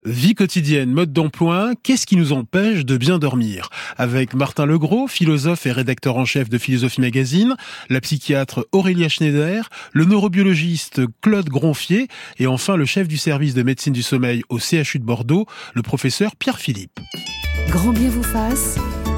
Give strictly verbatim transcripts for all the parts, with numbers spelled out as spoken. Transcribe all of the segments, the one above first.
Vie quotidienne, mode d'emploi, qu'est-ce qui nous empêche de bien dormir? Avec Martin Legros, philosophe et rédacteur en chef de Philosophie Magazine, la psychiatre Aurélia Schneider, le neurobiologiste Claude Gronfier et enfin le chef du service de médecine du sommeil au C H U de Bordeaux, le professeur Pierre Philippe. Grand bien vous fasse.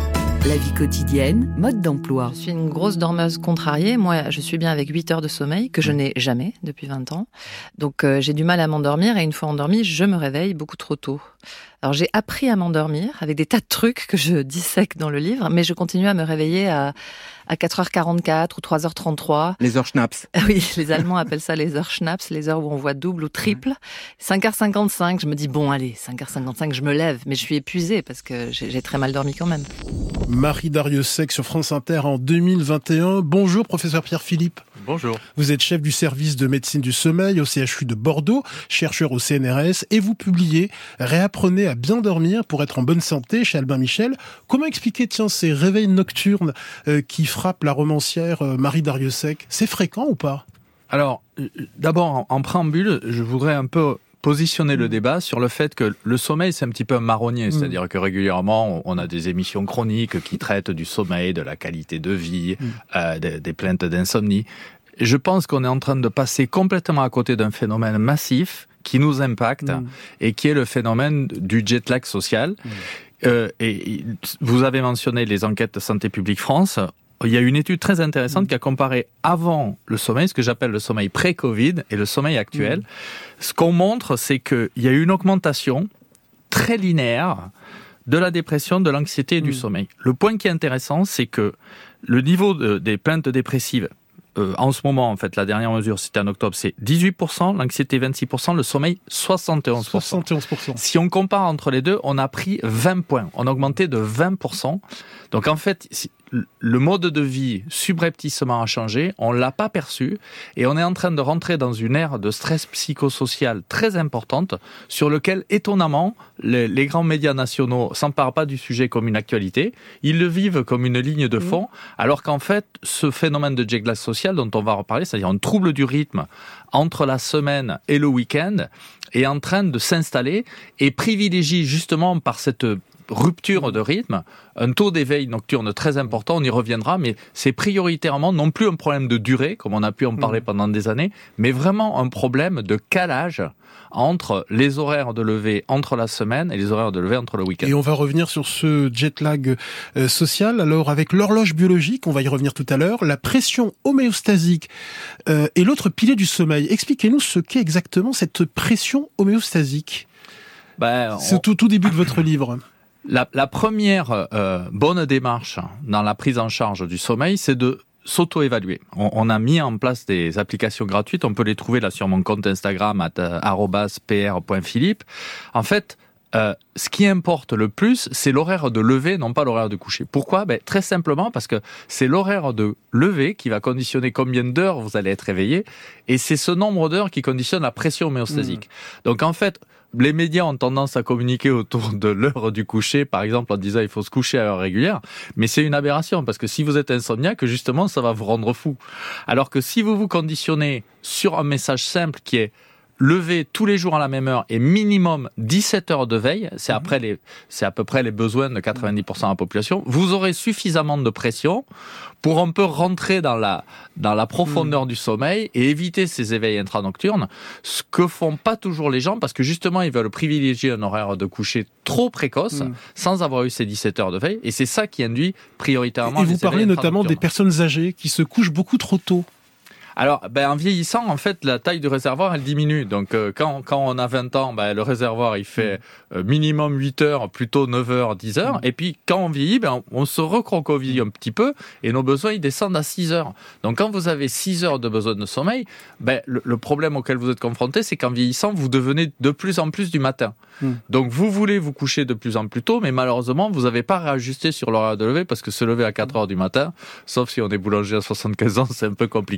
La vie quotidienne, mode d'emploi. Je suis une grosse dormeuse contrariée. Moi, je suis bien avec huit heures de sommeil, que je n'ai jamais depuis vingt ans. Donc, euh, j'ai du mal à m'endormir et une fois endormie, je me réveille beaucoup trop tôt. Alors, j'ai appris à m'endormir avec des tas de trucs que je dissèque dans le livre, mais je continue à me réveiller à, à quatre heures quarante-quatre ou trois heures trente-trois. Les heures schnaps. Oui, les Allemands appellent ça les heures schnaps, les heures où on voit double ou triple. cinq heures cinquante-cinq, je me dis, bon, allez, cinq heures cinquante-cinq, je me lève, mais je suis épuisée parce que j'ai, j'ai très mal dormi quand même. Marie Darrieussecq sur France Inter en deux mille vingt et un. Bonjour, professeur Pierre Philippe. Bonjour. Vous êtes chef du service de médecine du sommeil au C H U de Bordeaux, chercheur au C N R S, et vous publiez « Réapprenez à bien dormir pour être en bonne santé » chez Albin Michel. Comment expliquer, tiens, ces réveils nocturnes euh, qui frappent la romancière euh, Marie Darrieussecq? C'est fréquent ou pas? Alors, euh, d'abord, en, en préambule, je voudrais un peu positionner le débat sur le fait que le sommeil, c'est un petit peu un marronnier. C'est-à-dire que régulièrement, on a des émissions chroniques qui traitent du sommeil, de la qualité de vie, mmh. euh, des, des plaintes d'insomnie. Je pense qu'on est en train de passer complètement à côté d'un phénomène massif qui nous impacte mmh. et qui est le phénomène du jet lag social. Mmh. Euh, et vous avez mentionné les enquêtes de Santé publique France. Il y a une étude très intéressante mmh. qui a comparé avant le sommeil, ce que j'appelle le sommeil pré-Covid et le sommeil actuel. Mmh. Ce qu'on montre, c'est qu'il y a une augmentation très linéaire de la dépression, de l'anxiété et mmh. du sommeil. Le point qui est intéressant, c'est que le niveau de, des plaintes dépressives, euh, en ce moment, en fait, la dernière mesure, c'était en octobre, c'est dix-huit pour cent, l'anxiété vingt-six pour cent, le sommeil soixante et onze pour cent. soixante et onze pour cent. Si on compare entre les deux, on a pris vingt points. On a augmenté de vingt pour cent. Donc en fait, le mode de vie subrepticement a changé, on ne l'a pas perçu, et on est en train de rentrer dans une ère de stress psychosocial très importante, sur lequel, étonnamment, les, les grands médias nationaux ne s'emparent pas du sujet comme une actualité, ils le vivent comme une ligne de fond, alors qu'en fait, ce phénomène de jet lag social dont on va reparler, c'est-à-dire un trouble du rythme entre la semaine et le week-end, est en train de s'installer et privilégie justement par cette rupture de rythme, un taux d'éveil nocturne très important, on y reviendra, mais c'est prioritairement non plus un problème de durée, comme on a pu en parler pendant des années, mais vraiment un problème de calage entre les horaires de lever entre la semaine et les horaires de lever entre le week-end. Et on va revenir sur ce jet lag euh, social. Alors, avec l'horloge biologique, on va y revenir tout à l'heure, la pression homéostasique euh, et l'autre pilier du sommeil. Expliquez-nous ce qu'est exactement cette pression homéostasique. Ben, on... C'est au tout, tout début de votre livre. La, la première euh, bonne démarche dans la prise en charge du sommeil, c'est de s'auto-évaluer. On, on a mis en place des applications gratuites, on peut les trouver là sur mon compte Instagram arobase p r point philippe. En fait, euh, ce qui importe le plus, c'est l'horaire de lever, non pas l'horaire de coucher. Pourquoi ? Ben, très simplement parce que c'est l'horaire de lever qui va conditionner combien d'heures vous allez être réveillé, et c'est ce nombre d'heures qui conditionne la pression homéostasique. Mmh. Donc en fait, les médias ont tendance à communiquer autour de l'heure du coucher, par exemple en disant il faut se coucher à heure régulière, mais c'est une aberration, parce que si vous êtes insomniaque, justement, ça va vous rendre fou. Alors que si vous vous conditionnez sur un message simple qui est lever tous les jours à la même heure et minimum dix-sept heures de veille, c'est, après les, c'est à peu près les besoins de quatre-vingt-dix pour cent de la population, vous aurez suffisamment de pression pour un peu rentrer dans la, dans la profondeur mmh. du sommeil et éviter ces éveils intranocturnes, ce que font pas toujours les gens, parce que justement ils veulent privilégier un horaire de coucher trop précoce, mmh. sans avoir eu ces dix-sept heures de veille, et c'est ça qui induit prioritairement et les vous parlez notamment des personnes âgées qui se couchent beaucoup trop tôt. Alors, ben, en vieillissant, en fait, la taille du réservoir, elle diminue. Donc, euh, quand, quand on a vingt ans, ben, le réservoir, il fait euh, minimum huit heures, plutôt neuf heures, dix heures. Et puis, quand on vieillit, ben, on, on se recroqueville un petit peu et nos besoins, ils descendent à six heures. Donc, quand vous avez six heures de besoin de sommeil, ben, le, le problème auquel vous êtes confronté, c'est qu'en vieillissant, vous devenez de plus en plus du matin. Mmh. Donc, vous voulez vous coucher de plus en plus tôt, mais malheureusement, vous n'avez pas réajusté sur l'horaire de lever, parce que se lever à quatre heures du matin, sauf si on est boulanger à soixante-quinze ans, c'est un peu compliqué.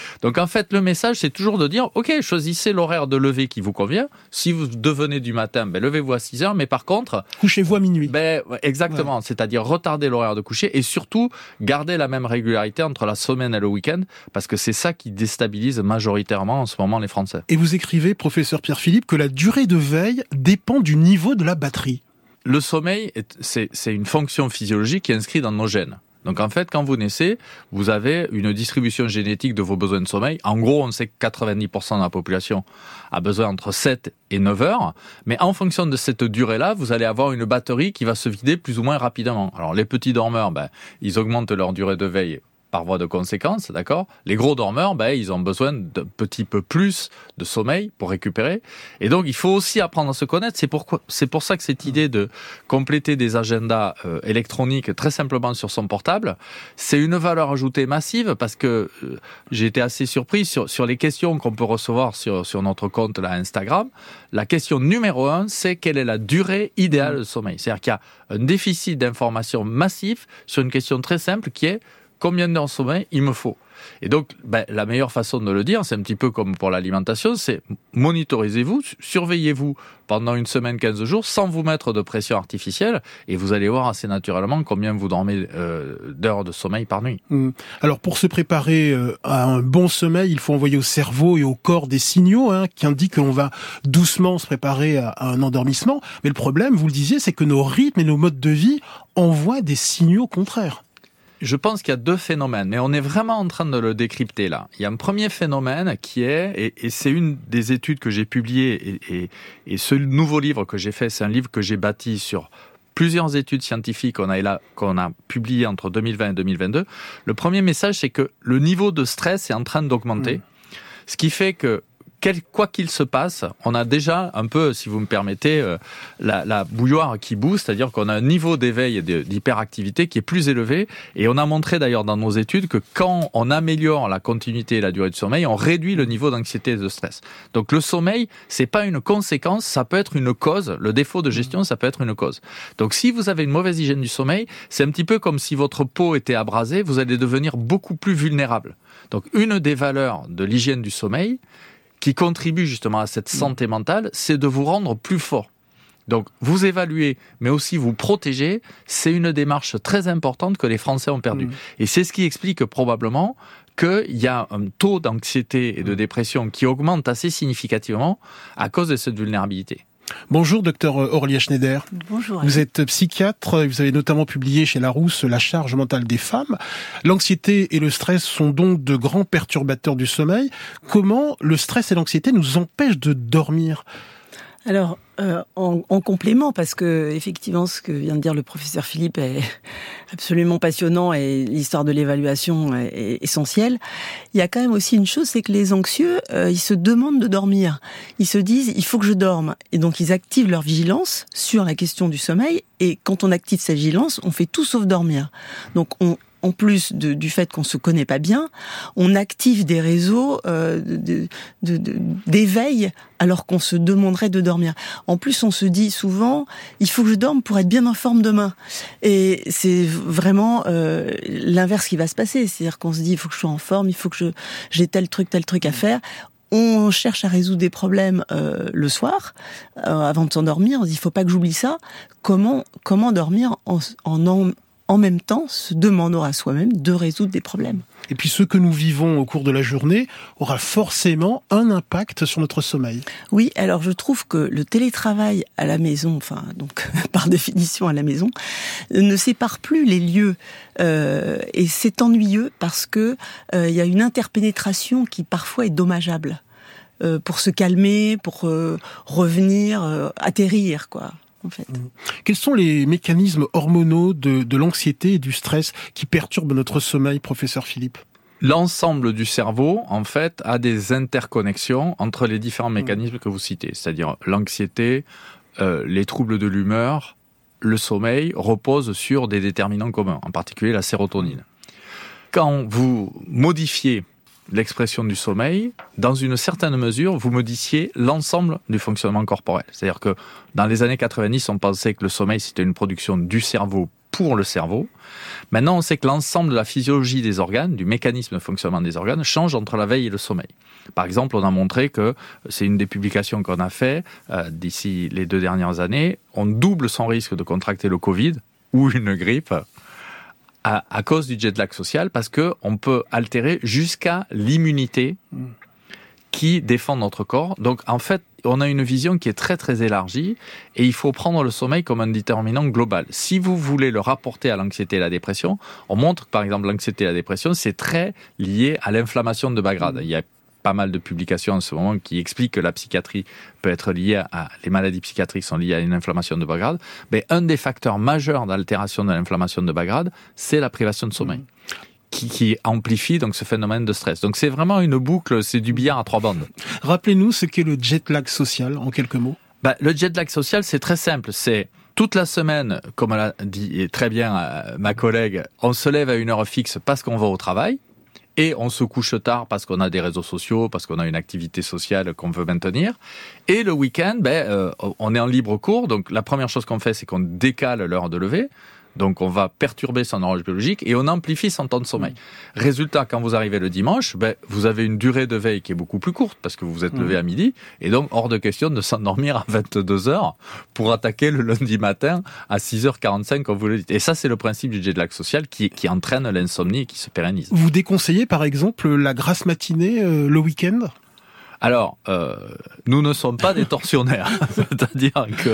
Donc en fait, le message, c'est toujours de dire, ok, choisissez l'horaire de lever qui vous convient. Si vous devenez du matin, ben, levez-vous à six heures, mais par contre... Couchez-vous à minuit. Ben, exactement, ouais. C'est-à-dire retardez l'horaire de coucher et surtout, gardez la même régularité entre la semaine et le week-end, parce que c'est ça qui déstabilise majoritairement en ce moment les Français. Et vous écrivez, professeur Pierre-Philippe, que la durée de veille dépend du niveau de la batterie. Le sommeil, c'est, c'est une fonction physiologique qui est inscrite dans nos gènes. Donc en fait, quand vous naissez, vous avez une distribution génétique de vos besoins de sommeil. En gros, on sait que quatre-vingt-dix pour cent de la population a besoin entre sept et neuf heures. Mais en fonction de cette durée-là, vous allez avoir une batterie qui va se vider plus ou moins rapidement. Alors les petits dormeurs, ben, ils augmentent leur durée de veille par voie de conséquence, d'accord ? Les gros dormeurs, ben, ils ont besoin d'un petit peu plus de sommeil pour récupérer. Et donc, il faut aussi apprendre à se connaître. C'est pourquoi, c'est pour ça que cette idée de compléter des agendas euh, électroniques très simplement sur son portable, c'est une valeur ajoutée massive parce que euh, j'ai été assez surpris sur, sur les questions qu'on peut recevoir sur, sur notre compte là, Instagram. La question numéro un, c'est quelle est la durée idéale de sommeil ? C'est-à-dire qu'il y a un déficit d'information massif sur une question très simple qui est combien d'heures de sommeil il me faut. Et donc, ben, la meilleure façon de le dire, c'est un petit peu comme pour l'alimentation, c'est monitorisez-vous, surveillez-vous pendant une semaine, quinze jours, sans vous mettre de pression artificielle, et vous allez voir assez naturellement combien vous dormez euh, d'heures de sommeil par nuit. Mmh. Alors, pour se préparer euh, à un bon sommeil, il faut envoyer au cerveau et au corps des signaux hein, qui indiquent qu'on va doucement se préparer à, à un endormissement. Mais le problème, vous le disiez, c'est que nos rythmes et nos modes de vie envoient des signaux contraires. Je pense qu'il y a deux phénomènes, mais on est vraiment en train de le décrypter là. Il y a un premier phénomène qui est, et, et c'est une des études que j'ai publiées, et, et, et ce nouveau livre que j'ai fait, c'est un livre que j'ai bâti sur plusieurs études scientifiques qu'on a, là, qu'on a publiées entre deux mille vingt et deux mille vingt-deux. Le premier message, c'est que le niveau de stress est en train d'augmenter, mmh. ce qui fait que Quel, quoi qu'il se passe, on a déjà un peu, si vous me permettez, euh, la, la bouilloire qui booste, c'est-à-dire qu'on a un niveau d'éveil et de, d'hyperactivité qui est plus élevé. Et on a montré d'ailleurs dans nos études que quand on améliore la continuité et la durée du sommeil, on réduit le niveau d'anxiété et de stress. Donc le sommeil, c'est pas une conséquence, ça peut être une cause. Le défaut de gestion, ça peut être une cause. Donc si vous avez une mauvaise hygiène du sommeil, c'est un petit peu comme si votre peau était abrasée, vous allez devenir beaucoup plus vulnérable. Donc une des valeurs de l'hygiène du sommeil, qui contribue justement à cette santé mentale, c'est de vous rendre plus fort. Donc, vous évaluer, mais aussi vous protéger, c'est une démarche très importante que les Français ont perdue. Mmh. Et c'est ce qui explique probablement qu'il y a un taux d'anxiété et de dépression qui augmente assez significativement à cause de cette vulnérabilité. Bonjour, docteur Aurélia Schneider. Bonjour. Vous êtes psychiatre, vous avez notamment publié chez Larousse La charge mentale des femmes. L'anxiété et le stress sont donc de grands perturbateurs du sommeil. Comment le stress et l'anxiété nous empêchent de dormir ? Alors, euh, en, en complément, parce que effectivement, ce que vient de dire le professeur Philippe est absolument passionnant et l'histoire de l'évaluation est, est essentielle. Il y a quand même aussi une chose, c'est que les anxieux, euh, ils se demandent de dormir. Ils se disent, il faut que je dorme. Et donc, ils activent leur vigilance sur la question du sommeil. Et quand on active cette vigilance, on fait tout sauf dormir. Donc, on en plus de, du fait qu'on se connaît pas bien, on active des réseaux euh, de, de, de, d'éveil alors qu'on se demanderait de dormir. En plus, on se dit souvent, il faut que je dorme pour être bien en forme demain. Et c'est vraiment euh, l'inverse qui va se passer. C'est-à-dire qu'on se dit, il faut que je sois en forme, il faut que je, j'ai tel truc, tel truc à faire. On cherche à résoudre des problèmes euh, le soir, euh, avant de s'endormir. On se dit, il faut pas que j'oublie ça. Comment, comment dormir en, en, en en même temps, se demandant à soi-même de résoudre des problèmes. Et puis ce que nous vivons au cours de la journée aura forcément un impact sur notre sommeil. Oui, alors je trouve que le télétravail à la maison, enfin donc par définition à la maison, ne sépare plus les lieux euh, et c'est ennuyeux parce que euh, il y a une interpénétration qui parfois est dommageable euh, pour se calmer, pour euh, revenir, euh, atterrir quoi. En fait. Quels sont les mécanismes hormonaux de, de l'anxiété et du stress qui perturbent notre sommeil, professeur Philippe ? L'ensemble du cerveau, en fait, a des interconnexions entre les différents mécanismes que vous citez, c'est-à-dire l'anxiété, euh, les troubles de l'humeur, le sommeil, reposent sur des déterminants communs, en particulier la sérotonine. Quand vous modifiez l'expression du sommeil, dans une certaine mesure, vous modifiez l'ensemble du fonctionnement corporel. C'est-à-dire que dans les années quatre-vingt-dix, on pensait que le sommeil, c'était une production du cerveau pour le cerveau. Maintenant, on sait que l'ensemble de la physiologie des organes, du mécanisme de fonctionnement des organes, change entre la veille et le sommeil. Par exemple, on a montré que, c'est une des publications qu'on a fait euh, d'ici les deux dernières années, on double son risque de contracter le Covid ou une grippe à, à cause du jet lag social, parce qu'on peut altérer jusqu'à l'immunité qui défend notre corps. Donc, en fait, on a une vision qui est très très élargie et il faut prendre le sommeil comme un déterminant global. Si vous voulez le rapporter à l'anxiété et la dépression, on montre que par exemple l'anxiété et la dépression, c'est très lié à l'inflammation de bas grade. Il y a pas mal de publications en ce moment qui expliquent que la psychiatrie peut être liée à, les maladies psychiatriques sont liées à une inflammation de bas grade. Mais un des facteurs majeurs d'altération de l'inflammation de bas grade, c'est la privation de sommeil. Qui, qui amplifie donc ce phénomène de stress. Donc c'est vraiment une boucle, c'est du billard à trois bandes. Rappelez-nous ce qu'est le jet lag social, en quelques mots. Bah, le jet lag social, c'est très simple. C'est toute la semaine, comme l'a dit très bien euh, ma collègue, on se lève à une heure fixe parce qu'on va au travail et on se couche tard parce qu'on a des réseaux sociaux, parce qu'on a une activité sociale qu'on veut maintenir. Et le week-end, ben, euh, on est en libre cours. Donc la première chose qu'on fait, c'est qu'on décale l'heure de lever. Donc on va perturber son horloge biologique et on amplifie son temps de sommeil. Résultat, quand vous arrivez le dimanche, ben, vous avez une durée de veille qui est beaucoup plus courte parce que vous vous êtes levé à midi et donc hors de question de s'endormir à vingt-deux heures pour attaquer le lundi matin à six heures quarante-cinq comme vous le dites. Et ça, c'est le principe du jet lag social qui, qui entraîne l'insomnie et qui se pérennise. Vous déconseillez par exemple la grasse matinée euh, le week-end ? Alors, euh, nous ne sommes pas des tortionnaires. C'est-à-dire que,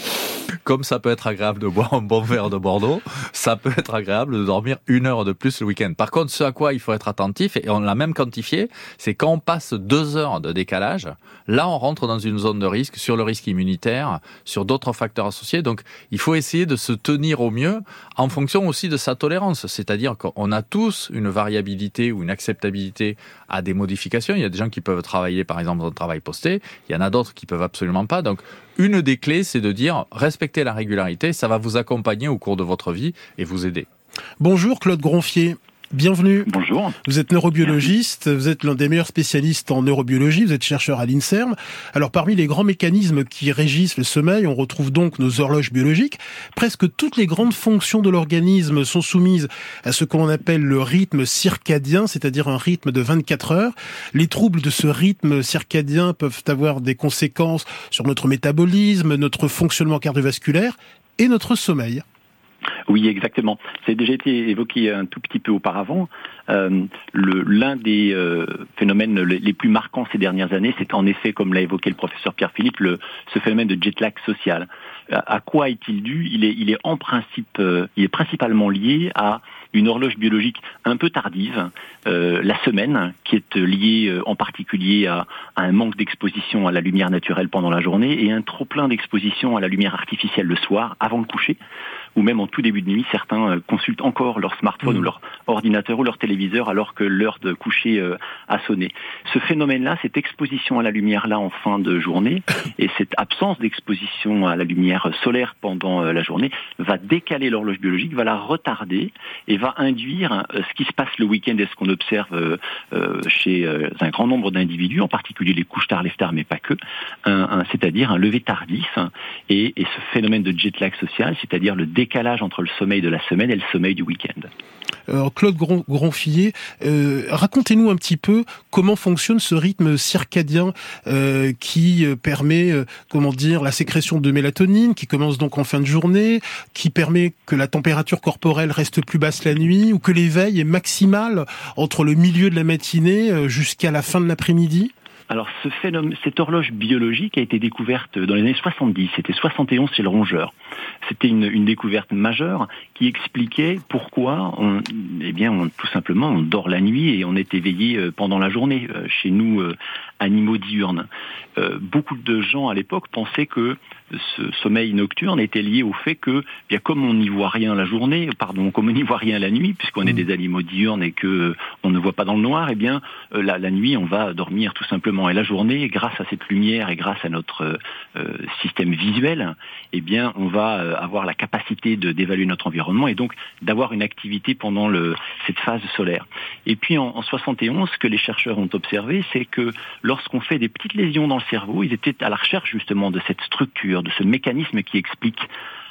comme ça peut être agréable de boire un bon verre de Bordeaux, ça peut être agréable de dormir une heure de plus le week-end. Par contre, ce à quoi il faut être attentif, et on l'a même quantifié, c'est quand on passe deux heures de décalage, là on rentre dans une zone de risque sur le risque immunitaire, sur d'autres facteurs associés. Donc, il faut essayer de se tenir au mieux en fonction aussi de sa tolérance. C'est-à-dire qu'on a tous une variabilité ou une acceptabilité à des modifications. Il y a des gens qui peuvent travailler par exemple dans le travail posté, il y en a d'autres qui peuvent absolument pas. Donc une des clés, c'est de dire respectez la régularité, ça va vous accompagner au cours de votre vie et vous aider. Bonjour Claude Gronfier. Bienvenue. Bonjour. Vous êtes neurobiologiste, vous êtes l'un des meilleurs spécialistes en neurobiologie, vous êtes chercheur à l'INSERM. Alors parmi les grands mécanismes qui régissent le sommeil, on retrouve donc nos horloges biologiques. Presque toutes les grandes fonctions de l'organisme sont soumises à ce qu'on appelle le rythme circadien, c'est-à-dire un rythme de vingt-quatre heures. Les troubles de ce rythme circadien peuvent avoir des conséquences sur notre métabolisme, notre fonctionnement cardiovasculaire et notre sommeil. Oui, exactement. Ça a déjà été évoqué un tout petit peu auparavant. Euh, le, l'un des euh, phénomènes les plus marquants ces dernières années, c'est en effet, comme l'a évoqué le professeur Pierre-Philippe, le, ce phénomène de jet lag social. À, à quoi est-il dû ? Il est, il est en principe, euh, il est principalement lié à une horloge biologique un peu tardive, euh, la semaine, qui est liée euh, en particulier à, à un manque d'exposition à la lumière naturelle pendant la journée et un trop-plein d'exposition à la lumière artificielle le soir, avant le coucher, ou même en tout début de nuit. Certains euh, consultent encore leur smartphone mmh. ou leur ordinateur ou leur téléviseur alors que l'heure de coucher euh, a sonné. Ce phénomène-là, cette exposition à la lumière-là en fin de journée et cette absence d'exposition à la lumière solaire pendant euh, la journée va décaler l'horloge biologique, va la retarder et va induire euh, ce qui se passe le week-end et ce qu'on observe euh, euh, chez euh, un grand nombre d'individus, en particulier les couches tard, lève tard, mais pas que, un, un, c'est-à-dire un lever tardif hein, et, et ce phénomène de jet lag social, c'est-à-dire le décalage entre le sommeil de la semaine et le sommeil du week-end. Alors Claude Gronfier, euh, racontez-nous un petit peu comment fonctionne ce rythme circadien euh, qui permet, euh, comment dire, la sécrétion de mélatonine, qui commence donc en fin de journée, qui permet que la température corporelle reste plus basse la nuit, ou que l'éveil est maximal entre le milieu de la matinée jusqu'à la fin de l'après-midi. Alors, ce phénomène, cette horloge biologique a été découverte dans les années soixante-dix. C'était soixante et onze chez le rongeur. C'était une, une découverte majeure qui expliquait pourquoi, on, eh bien, on, tout simplement, on dort la nuit et on est éveillé pendant la journée. Chez nous, euh, animaux diurnes. Euh, beaucoup de gens à l'époque pensaient que ce sommeil nocturne était lié au fait que, bien, comme on n'y voit rien la journée, pardon, comme on n'y voit rien la nuit, puisqu'on mmh. est des animaux diurnes et que euh, on ne voit pas dans le noir, eh bien, euh, la, la nuit, on va dormir tout simplement. Et la journée, grâce à cette lumière et grâce à notre euh, système visuel, eh bien, on va euh, avoir la capacité de, d'évaluer notre environnement et donc d'avoir une activité pendant le, cette phase solaire. Et puis, en, en soixante et onze, ce que les chercheurs ont observé, c'est que lorsqu'on fait des petites lésions dans le cerveau, ils étaient à la recherche justement de cette structure, de ce mécanisme qui explique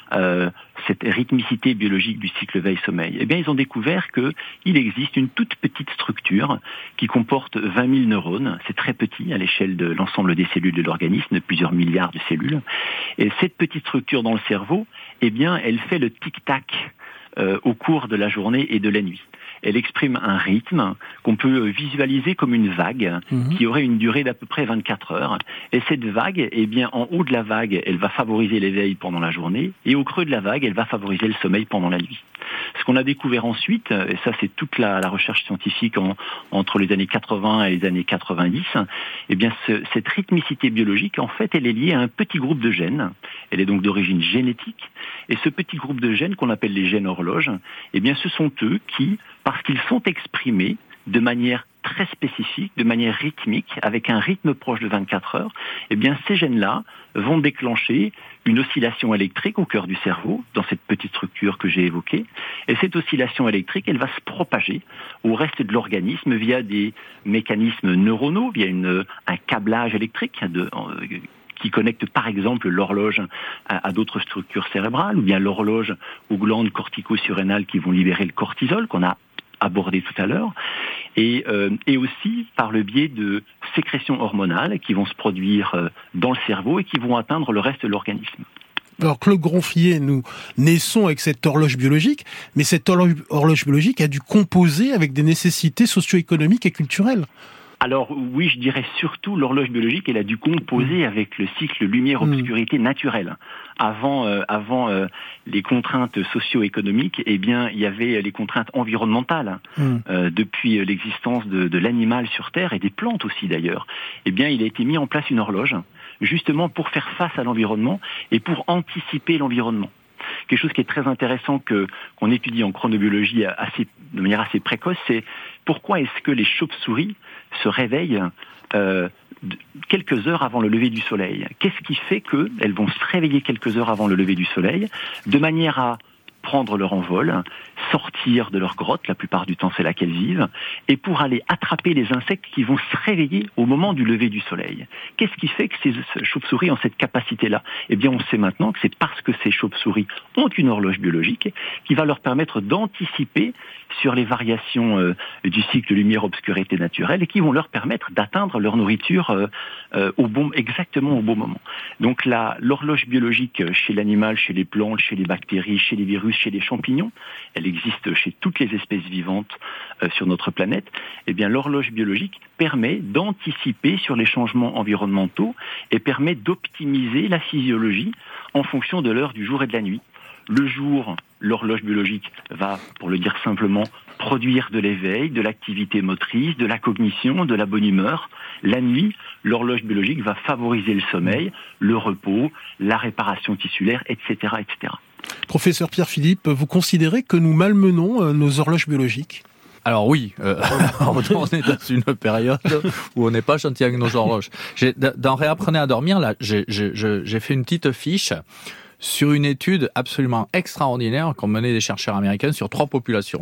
euh, cette rythmicité biologique du cycle veille-sommeil? Eh bien, ils ont découvert qu'il existe une toute petite structure qui comporte vingt mille neurones. C'est très petit à l'échelle de l'ensemble des cellules de l'organisme, de plusieurs milliards de cellules. Et cette petite structure dans le cerveau, eh bien, elle fait le tic-tac euh, au cours de la journée et de la nuit. Elle exprime un rythme qu'on peut visualiser comme une vague mmh. qui aurait une durée d'à peu près vingt-quatre heures. Et cette vague, eh bien, en haut de la vague, elle va favoriser l'éveil pendant la journée, et au creux de la vague, elle va favoriser le sommeil pendant la nuit. Ce qu'on a découvert ensuite, et ça c'est toute la, la recherche scientifique en, entre les années quatre-vingts et les années quatre-vingt-dix, eh bien ce, cette rythmicité biologique, en fait, elle est liée à un petit groupe de gènes. Elle est donc d'origine génétique. Et ce petit groupe de gènes qu'on appelle les gènes horloges, eh bien ce sont eux qui, parce qu'ils sont exprimés de manière très spécifique, de manière rythmique, avec un rythme proche de vingt-quatre heures, eh bien ces gènes-là vont déclencher une oscillation électrique au cœur du cerveau, dans cette petite structure que j'ai évoquée. Et cette oscillation électrique, elle va se propager au reste de l'organisme via des mécanismes neuronaux, via une, un câblage électrique de, euh, qui connecte par exemple l'horloge à, à d'autres structures cérébrales, ou bien l'horloge aux glandes cortico-surrénales qui vont libérer le cortisol, qu'on a abordé tout à l'heure, et, euh, et aussi par le biais de sécrétions hormonales qui vont se produire euh, dans le cerveau et qui vont atteindre le reste de l'organisme. Alors Claude Gronflier, nous naissons avec cette horloge biologique, mais cette horloge biologique a dû composer avec des nécessités socio-économiques et culturelles. Alors oui, je dirais surtout l'horloge biologique, elle a dû composer avec le cycle lumière-obscurité naturel. Avant, euh, avant euh, les contraintes socio-économiques, eh bien, il y avait les contraintes environnementales. Mm. Euh, depuis l'existence de, de l'animal sur Terre et des plantes aussi d'ailleurs, eh bien, il a été mis en place une horloge, justement pour faire face à l'environnement et pour anticiper l'environnement. Quelque chose qui est très intéressant que qu'on étudie en chronobiologie assez, de manière assez précoce, c'est pourquoi est-ce que les chauves-souris se réveillent euh, quelques heures avant le lever du soleil. Qu'est-ce qui fait qu'elles vont se réveiller quelques heures avant le lever du soleil, de manière à prendre leur envol, sortir de leur grotte, la plupart du temps c'est là qu'elles vivent, et pour aller attraper les insectes qui vont se réveiller au moment du lever du soleil. Qu'est-ce qui fait que ces chauves-souris ont cette capacité-là? Eh bien on sait maintenant que c'est parce que ces chauves-souris ont une horloge biologique qui va leur permettre d'anticiper sur les variations euh, du cycle lumière-obscurité naturelle et qui vont leur permettre d'atteindre leur nourriture euh, euh, au bon, exactement au bon moment. Donc la, l'horloge biologique chez l'animal, chez les plantes, chez les bactéries, chez les virus, chez les champignons, elle existe chez toutes les espèces vivantes euh, sur notre planète, eh bien l'horloge biologique permet d'anticiper sur les changements environnementaux et permet d'optimiser la physiologie en fonction de l'heure du jour et de la nuit. Le jour, l'horloge biologique va, pour le dire simplement, produire de l'éveil, de l'activité motrice, de la cognition, de la bonne humeur. La nuit, l'horloge biologique va favoriser le sommeil, le repos, la réparation tissulaire, et cetera, et cetera. Professeur Pierre Philippe, vous considérez que nous malmenons nos horloges biologiques ? Alors oui, euh, on est dans une période où on n'est pas gentil avec nos horloges. J'ai, dans Réapprenez à dormir, là, j'ai, j'ai, j'ai fait une petite fiche sur une étude absolument extraordinaire qu'ont menée des chercheurs américains sur trois populations.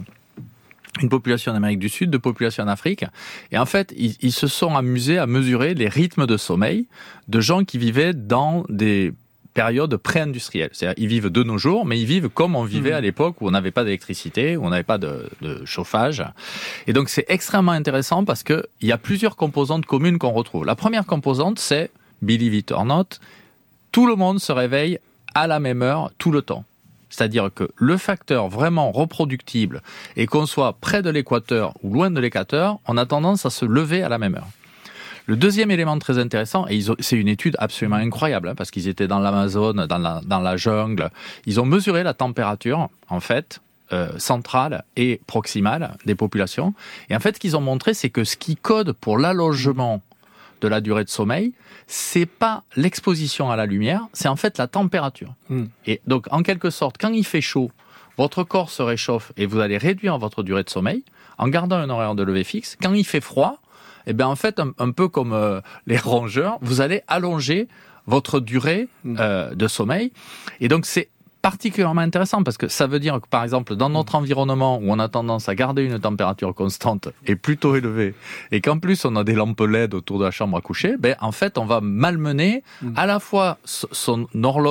Une population en Amérique du Sud, deux populations en Afrique. Et en fait, ils, ils se sont amusés à mesurer les rythmes de sommeil de gens qui vivaient dans des périodes pré-industrielles. C'est-à-dire, ils vivent de nos jours, mais ils vivent comme on vivait à l'époque où on n'avait pas d'électricité, où on n'avait pas de, de chauffage. Et donc, c'est extrêmement intéressant parce que il y a plusieurs composantes communes qu'on retrouve. La première composante, c'est, believe it or not, tout le monde se réveille à la même heure, tout le temps. C'est-à-dire que le facteur vraiment reproductible, et qu'on soit près de l'équateur ou loin de l'équateur, on a tendance à se lever à la même heure. Le deuxième élément très intéressant, et ils ont, c'est une étude absolument incroyable, hein, parce qu'ils étaient dans l'Amazone, dans la, dans la jungle, ils ont mesuré la température, en fait, euh, centrale et proximale des populations. Et en fait, ce qu'ils ont montré, c'est que ce qui code pour l'allongement de la durée de sommeil, c'est pas l'exposition à la lumière, c'est en fait la température. Mmh. Et donc, en quelque sorte, quand il fait chaud, votre corps se réchauffe et vous allez réduire votre durée de sommeil en gardant un horaire de lever fixe. Quand il fait froid, eh bien, en fait, un, un peu comme euh, les rongeurs, vous allez allonger votre durée euh, de sommeil. Et donc, c'est particulièrement intéressant parce que ça veut dire que, par exemple, dans notre environnement où on a tendance à garder une température constante et plutôt élevée, et qu'en plus on a des lampes L E D autour de la chambre à coucher, ben en fait on va malmener à la fois son horloge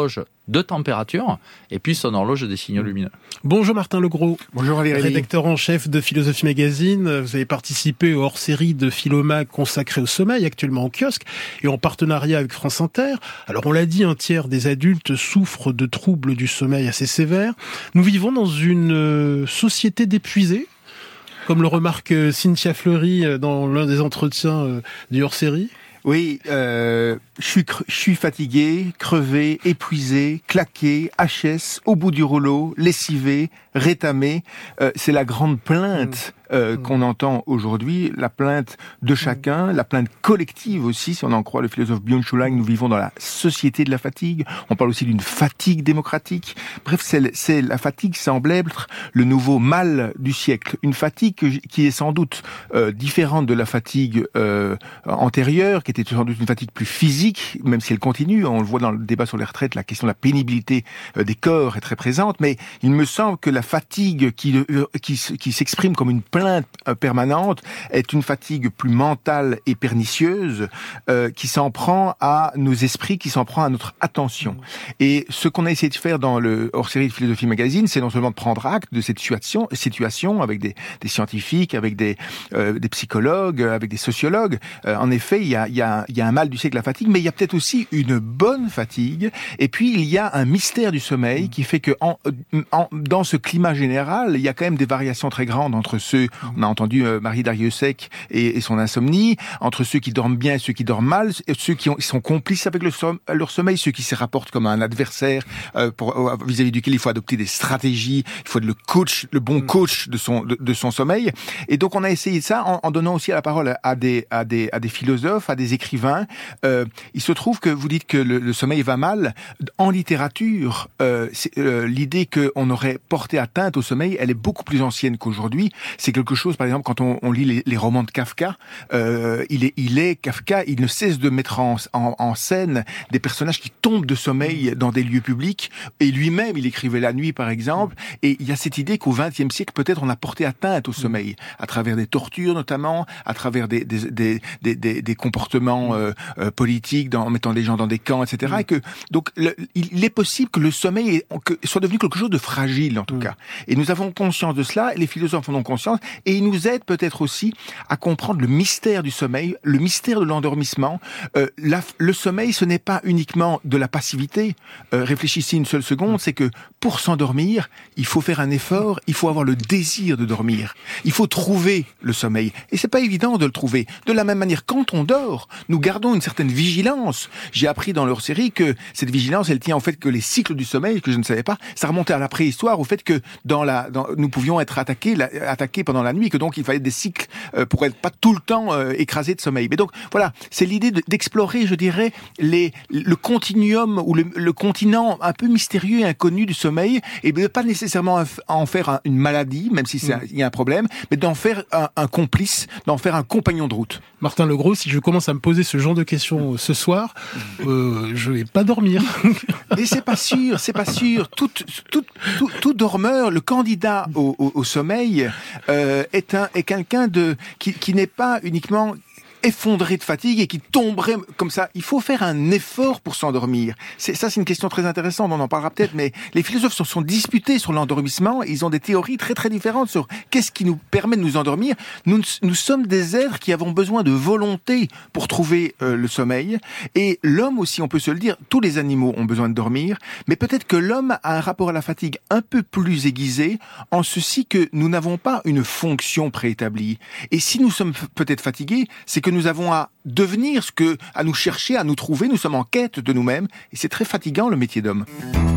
de température et puis son horloge des signaux lumineux. Bonjour Martin Legros. Bonjour Valérie. Rédacteur en chef de Philosophie Magazine. Vous avez participé au hors-série de Philomag consacré au sommeil, actuellement au kiosque, et en partenariat avec France Inter. Alors on l'a dit, un tiers des adultes souffrent de troubles du sommeil assez sévères. Nous vivons dans une euh, société d'épuisés, comme le remarque Cynthia Fleury dans l'un des entretiens euh, du hors-série. Oui, euh, je suis cre- je suis fatigué, crevé, épuisé, claqué, H S, au bout du rouleau, lessivé, rétamé. Euh, c'est la grande plainte euh, mmh. qu'on entend aujourd'hui, la plainte de chacun, mmh. la plainte collective aussi, si on en croit le philosophe Byung-Chul Han. Nous vivons dans la société de la fatigue. On parle aussi d'une fatigue démocratique. Bref, c'est, c'est la fatigue semble être le nouveau mal du siècle. Une fatigue qui est sans doute euh, différente de la fatigue euh, antérieure, qui était sans doute une fatigue plus physique, même si elle continue. On le voit dans le débat sur les retraites, la question de la pénibilité euh, des corps est très présente, mais il me semble que la fatigue qui, euh, qui, qui s'exprime comme une plainte euh, permanente est une fatigue plus mentale et pernicieuse, euh, qui s'en prend à nos esprits, qui s'en prend à notre attention. Et ce qu'on a essayé de faire dans le hors-série de Philosophie Magazine, c'est non seulement de prendre acte de cette situation, situation avec des, des scientifiques, avec des, euh, des psychologues, avec des sociologues. Euh, en effet, il y a, il y a, il y a un mal du siècle, la fatigue, mais il y a peut-être aussi une bonne fatigue. Et puis, il y a un mystère du sommeil qui fait que en, en, dans ce climat général, il y a quand même des variations très grandes entre ceux, on a entendu euh, Marie Dariussec et, et son insomnie, entre ceux qui dorment bien et ceux qui dorment mal, ceux qui ont, sont complices avec le som- leur sommeil, ceux qui se rapportent comme un adversaire euh, pour, euh, vis-à-vis duquel il faut adopter des stratégies, il faut être le coach, le bon coach de son, de, de son sommeil. Et donc, on a essayé ça en, en donnant aussi la parole à des, à des, à des philosophes, à des écrivains. Euh, il se trouve que vous dites que le, le sommeil va mal. En littérature, euh, c'est, euh, l'idée qu'on aurait porté atteinte au sommeil, elle est beaucoup plus ancienne qu'aujourd'hui. C'est quelque chose, par exemple, quand on, on lit les, les romans de Kafka, euh, il est, il est Kafka, il ne cesse de mettre en, en, en scène des personnages qui tombent de sommeil dans des lieux publics. Et lui-même, il écrivait la nuit, par exemple. Et il y a cette idée qu'au vingtième siècle, peut-être, on a porté atteinte au sommeil à travers des tortures, notamment, à travers des, des, des, des, des, des comportements euh, euh, politiques, dans, en mettant les gens dans des camps, et cetera. Et que donc, le, il est possible que le sommeil est, que, soit devenu quelque chose de fragile, en tout mmh. cas. Et nous avons conscience de cela, et les philosophes en ont conscience, et ils nous aident peut-être aussi à comprendre le mystère du sommeil, le mystère de l'endormissement. Euh, la, le sommeil, ce n'est pas uniquement de la passivité. Euh, réfléchissez une seule seconde, c'est que pour s'endormir, il faut faire un effort, il faut avoir le désir de dormir. Il faut trouver le sommeil. Et c'est pas évident de le trouver. De la même manière, quand on dort, nous gardons une certaine vigilance. J'ai appris dans leur série que cette vigilance, elle tient au fait que les cycles du sommeil, que je ne savais pas, ça remontait à la préhistoire, au fait que dans la, dans, nous pouvions être attaqués, la, attaqués pendant la nuit, que donc il fallait des cycles euh, pour être pas tout le temps euh, écrasés de sommeil. Mais donc voilà, c'est l'idée de, d'explorer, je dirais, les, le continuum ou le, le continent un peu mystérieux et inconnu du sommeil, et de pas nécessairement en faire un, une maladie, même si c'est, il y a un problème, mais d'en faire un, un complice, d'en faire un compagnon de route. Martin Legros, si je commence à me poser ce genre de questions ce soir, euh, je vais pas dormir. Et c'est pas sûr, c'est pas sûr. Tout, tout, tout, tout dormeur, le candidat au, au, au sommeil, euh, est un, est quelqu'un de qui, qui n'est pas uniquement effondré de fatigue et qui tomberait comme ça. Il faut faire un effort pour s'endormir. C'est, ça, c'est une question très intéressante, on en parlera peut-être, mais les philosophes se sont disputés sur l'endormissement, et ils ont des théories très très différentes sur qu'est-ce qui nous permet de nous endormir. Nous, nous sommes des êtres qui avons besoin de volonté pour trouver euh, le sommeil, et l'homme aussi, on peut se le dire, tous les animaux ont besoin de dormir, mais peut-être que l'homme a un rapport à la fatigue un peu plus aiguisé, en ceci que nous n'avons pas une fonction préétablie. Et si nous sommes peut-être fatigués, c'est que nous avons à devenir ce que, à nous chercher, à nous trouver, nous sommes en quête de nous-mêmes, et c'est très fatigant le métier d'homme.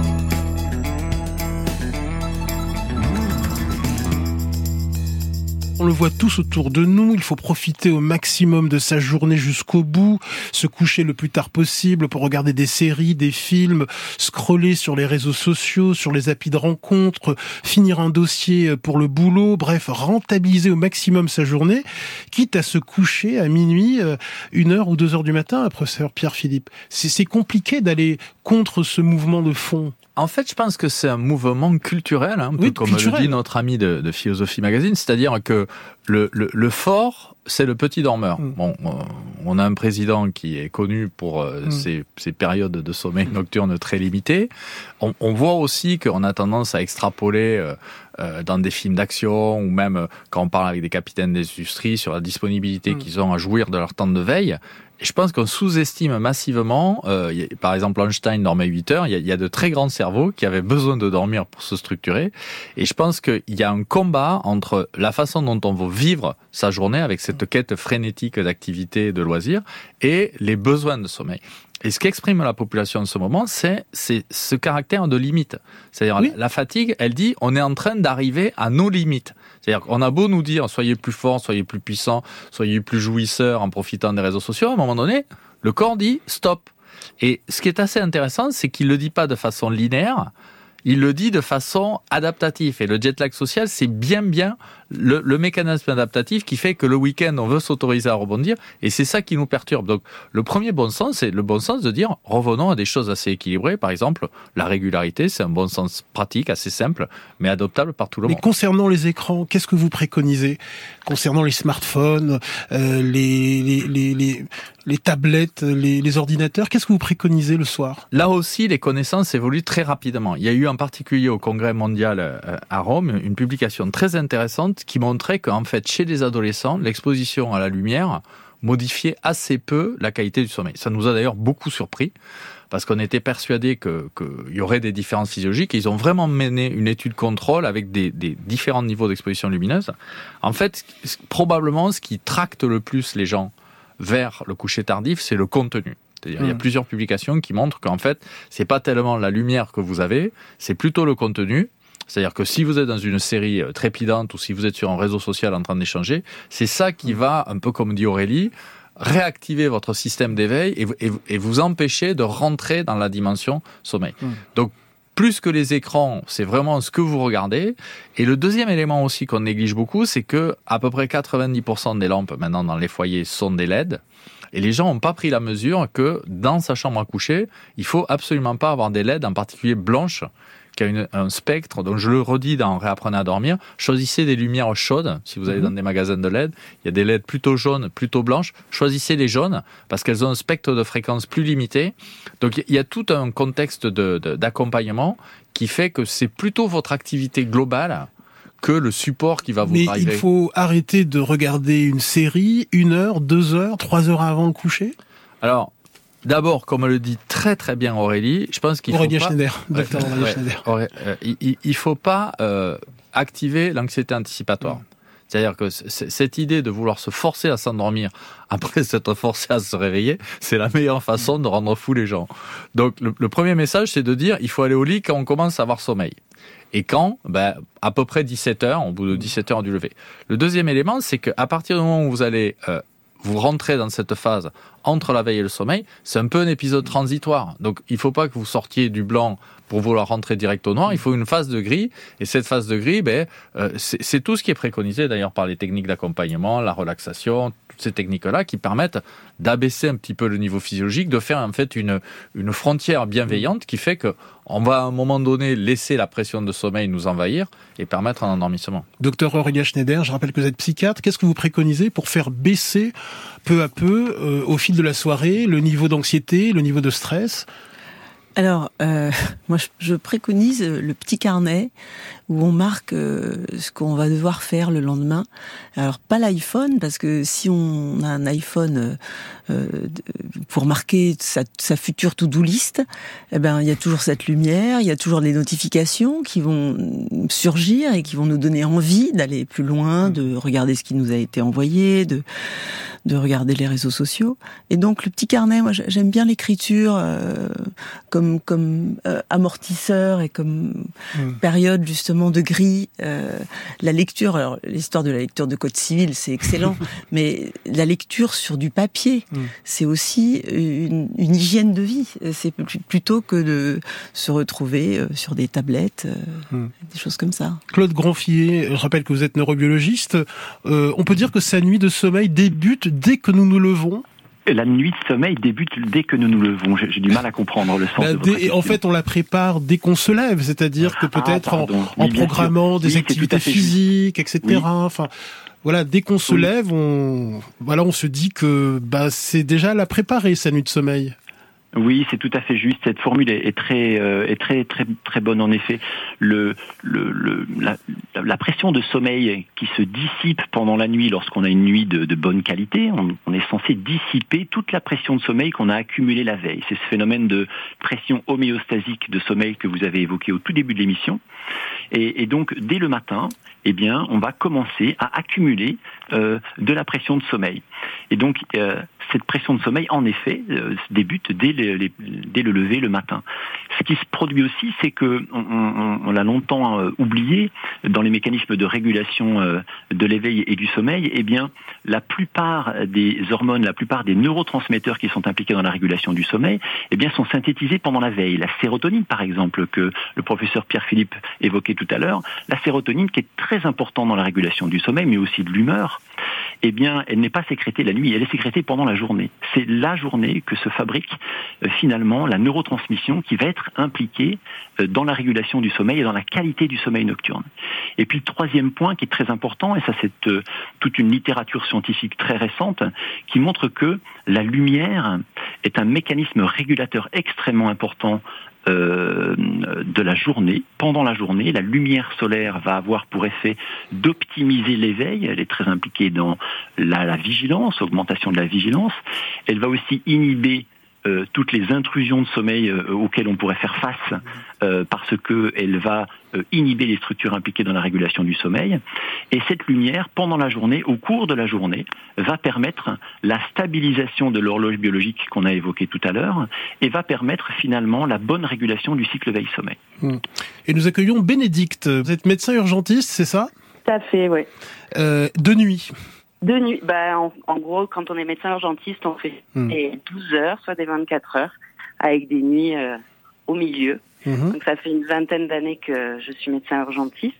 On le voit tous autour de nous, il faut profiter au maximum de sa journée jusqu'au bout, se coucher le plus tard possible pour regarder des séries, des films, scroller sur les réseaux sociaux, sur les applis de rencontres, finir un dossier pour le boulot, bref, rentabiliser au maximum sa journée, quitte à se coucher à minuit, une heure ou deux heures du matin, professeur Pierre Philippe. C'est, c'est compliqué d'aller contre ce mouvement de fond. En fait, je pense que c'est un mouvement culturel, hein, un oui, peu comme culturel. le dit notre ami de, de Philosophie Magazine, c'est-à-dire que le, le, le fort, c'est le petit dormeur. Mmh. Bon, on a un président qui est connu pour euh, mmh. ses, ses périodes de sommeil nocturne très limitées. On, on voit aussi qu'on a tendance à extrapoler euh, euh, dans des films d'action ou même euh, quand on parle avec des capitaines d'industrie sur la disponibilité mmh. qu'ils ont à jouir de leur temps de veille. Et je pense qu'on sous-estime massivement, euh, y a, par exemple Einstein dormait huit heures, il y, y a de très grands cerveaux qui avaient besoin de dormir pour se structurer. Et je pense qu'il y a un combat entre la façon dont on veut vivre sa journée avec cette quête frénétique d'activité et de loisirs et les besoins de sommeil. Et ce qu'exprime la population en ce moment, c'est, c'est ce caractère de limite. C'est-à-dire oui. la fatigue, elle dit on est en train d'arriver à nos limites. C'est-à-dire qu'on a beau nous dire soyez plus forts, soyez plus puissants, soyez plus jouisseurs en profitant des réseaux sociaux, à un moment donné, le corps dit stop. Et ce qui est assez intéressant, c'est qu'il ne le dit pas de façon linéaire, il le dit de façon adaptative. Et le jet lag social, c'est bien bien le, le mécanisme adaptatif qui fait que le week-end, on veut s'autoriser à rebondir. Et c'est ça qui nous perturbe. Donc, le premier bon sens, c'est le bon sens de dire revenons à des choses assez équilibrées. Par exemple, la régularité, c'est un bon sens pratique, assez simple, mais adoptable par tout le mais monde. Mais concernant les écrans, qu'est-ce que vous préconisez ? Concernant les smartphones, euh, les, les, les, les, les tablettes, les, les ordinateurs, qu'est-ce que vous préconisez le soir ? Là aussi, les connaissances évoluent très rapidement. Il y a eu en particulier au Congrès mondial à Rome une publication très intéressante qui montrait qu'en fait, chez les adolescents, l'exposition à la lumière modifiait assez peu la qualité du sommeil. Ça nous a d'ailleurs beaucoup surpris, parce qu'on était persuadé que, que y aurait des différences physiologiques, et ils ont vraiment mené une étude contrôle avec des, des différents niveaux d'exposition lumineuse. En fait, probablement, ce qui tracte le plus les gens vers le coucher tardif, c'est le contenu. C'est-à-dire, mmh. il y a plusieurs publications qui montrent qu'en fait, c'est pas tellement la lumière que vous avez, c'est plutôt le contenu. C'est-à-dire que si vous êtes dans une série trépidante ou si vous êtes sur un réseau social en train d'échanger, c'est ça qui va, un peu comme dit Aurélie, réactiver votre système d'éveil et, et, et vous empêcher de rentrer dans la dimension sommeil. Mmh. Donc, plus que les écrans, c'est vraiment ce que vous regardez. Et le deuxième élément aussi qu'on néglige beaucoup, c'est que à peu près quatre-vingt-dix pour cent des lampes maintenant dans les foyers sont des L E D. Et les gens n'ont pas pris la mesure que dans sa chambre à coucher, il faut absolument pas avoir des L E D, en particulier blanches, qui a une, un spectre. Donc je le redis dans Réapprenez à dormir, choisissez des lumières chaudes. Si vous allez dans des magasins de L E D, il y a des L E D plutôt jaunes, plutôt blanches. Choisissez les jaunes parce qu'elles ont un spectre de fréquence plus limité. Donc il y a tout un contexte de, de, d'accompagnement qui fait que c'est plutôt votre activité globale que le support qui va vous Mais driver. Mais il faut arrêter de regarder une série une heure, deux heures, trois heures avant le coucher ? Alors, d'abord, comme le dit très très bien Aurélie, je pense qu'il Aurélie faut pas... Schneider, docteur Aurélie ouais, Schneider. Ouais, euh, il, il faut pas euh, activer l'anxiété anticipatoire. Mmh. C'est-à-dire que c- cette idée de vouloir se forcer à s'endormir après s'être forcé à se réveiller, c'est la meilleure façon de rendre fou les gens. Donc le, le premier message, c'est de dire il faut aller au lit quand on commence à avoir sommeil. Et quand ? Ben, à peu près dix-sept heures, au bout de dix-sept heures du lever. Le deuxième élément, c'est qu'à partir du moment où vous allez euh, vous rentrez dans cette phase entre la veille et le sommeil, c'est un peu un épisode transitoire. Donc il ne faut pas que vous sortiez du blanc pour vouloir rentrer direct au noir, il faut une phase de gris. Et cette phase de gris, ben, euh, c'est, c'est tout ce qui est préconisé d'ailleurs par les techniques d'accompagnement, la relaxation, toutes ces techniques-là qui permettent d'abaisser un petit peu le niveau physiologique, de faire en fait une, une frontière bienveillante qui fait que on va à un moment donné laisser la pression de sommeil nous envahir et permettre un endormissement. Docteur Aurélie Schneider, je rappelle que vous êtes psychiatre. Qu'est-ce que vous préconisez pour faire baisser peu à peu, euh, au fil de la soirée, le niveau d'anxiété, le niveau de stress ? Alors, euh, moi, je, je préconise le petit carnet où on marque euh, ce qu'on va devoir faire le lendemain. Alors, pas l'iPhone, parce que si on a un iPhone euh, pour marquer sa, sa future to-do list, eh ben, il y a toujours cette lumière, il y a toujours des notifications qui vont surgir et qui vont nous donner envie d'aller plus loin, de regarder ce qui nous a été envoyé, de de regarder les réseaux sociaux. Et donc, le petit carnet, moi, j'aime bien l'écriture euh, comme comme euh, amortisseur et comme mmh. période, justement, de gris. Euh, la lecture, alors, l'histoire de la lecture de code civil, c'est excellent, mais la lecture sur du papier, mmh. c'est aussi une, une hygiène de vie. C'est plutôt que de se retrouver sur des tablettes, euh, mmh. des choses comme ça. Claude Gronfier, je rappelle que vous êtes neurobiologiste. Euh, on peut dire que sa nuit de sommeil débute dès que nous nous levons? La nuit de sommeil débute dès que nous nous levons. J'ai, j'ai du mal à comprendre le sens bah, de votre question. En fait, on la prépare dès qu'on se lève, c'est-à-dire que peut-être ah, en, en oui, programmant sûr. des oui, activités physiques, et cetera. Oui. Enfin, voilà, dès qu'on se oui. lève, on, voilà, on se dit que bah, c'est déjà la préparer, sa nuit de sommeil. Oui, c'est tout à fait juste. Cette formule est, est très, euh, est très, très, très bonne en effet. Le, le, le, la, la pression de sommeil qui se dissipe pendant la nuit, lorsqu'on a une nuit de, de bonne qualité, on, on est censé dissiper toute la pression de sommeil qu'on a accumulée la veille. C'est ce phénomène de pression homéostasique de sommeil que vous avez évoqué au tout début de l'émission. Et, et donc, dès le matin, eh bien, on va commencer à accumuler euh, de la pression de sommeil. Et donc, euh, cette pression de sommeil, en effet, euh, débute dès le, les, dès le lever le matin. Ce qui se produit aussi, c'est que on, on, on l'a longtemps euh, oublié dans les mécanismes de régulation euh, de l'éveil et du sommeil. Eh bien, la plupart des hormones, la plupart des neurotransmetteurs qui sont impliqués dans la régulation du sommeil, eh bien, sont synthétisés pendant la veille. La sérotonine, par exemple, que le professeur Pierre-Philippe évoquait tout à l'heure, la sérotonine qui est très importante dans la régulation du sommeil, mais aussi de l'humeur. Eh bien, elle n'est pas sécrétée la nuit, elle est sécrétée pendant la journée. C'est la journée que se fabrique euh, finalement la neurotransmission qui va être impliquée euh, dans la régulation du sommeil et dans la qualité du sommeil nocturne. Et puis le troisième point qui est très important, et ça c'est euh, toute une littérature scientifique très récente, qui montre que la lumière est un mécanisme régulateur extrêmement important Euh, de la journée. Pendant la journée, la lumière solaire va avoir pour effet d'optimiser l'éveil. Elle est très impliquée dans la, la vigilance, augmentation de la vigilance. Elle va aussi inhiber euh, toutes les intrusions de sommeil euh, auxquelles on pourrait faire face euh, parce que elle va euh, inhiber les structures impliquées dans la régulation du sommeil. Et cette lumière, pendant la journée, au cours de la journée, va permettre la stabilisation de l'horloge biologique qu'on a évoquée tout à l'heure et va permettre finalement la bonne régulation du cycle veille-sommeil. Et nous accueillons Bénédicte. Vous êtes médecin urgentiste, c'est ça ? Tout à fait, oui. Euh, de nuit. De nuit, bah, en, en gros, quand on est médecin urgentiste, on fait mmh. des douze heures, soit des vingt-quatre heures, avec des nuits euh, au milieu. Mmh. Donc ça fait une vingtaine d'années que je suis médecin urgentiste.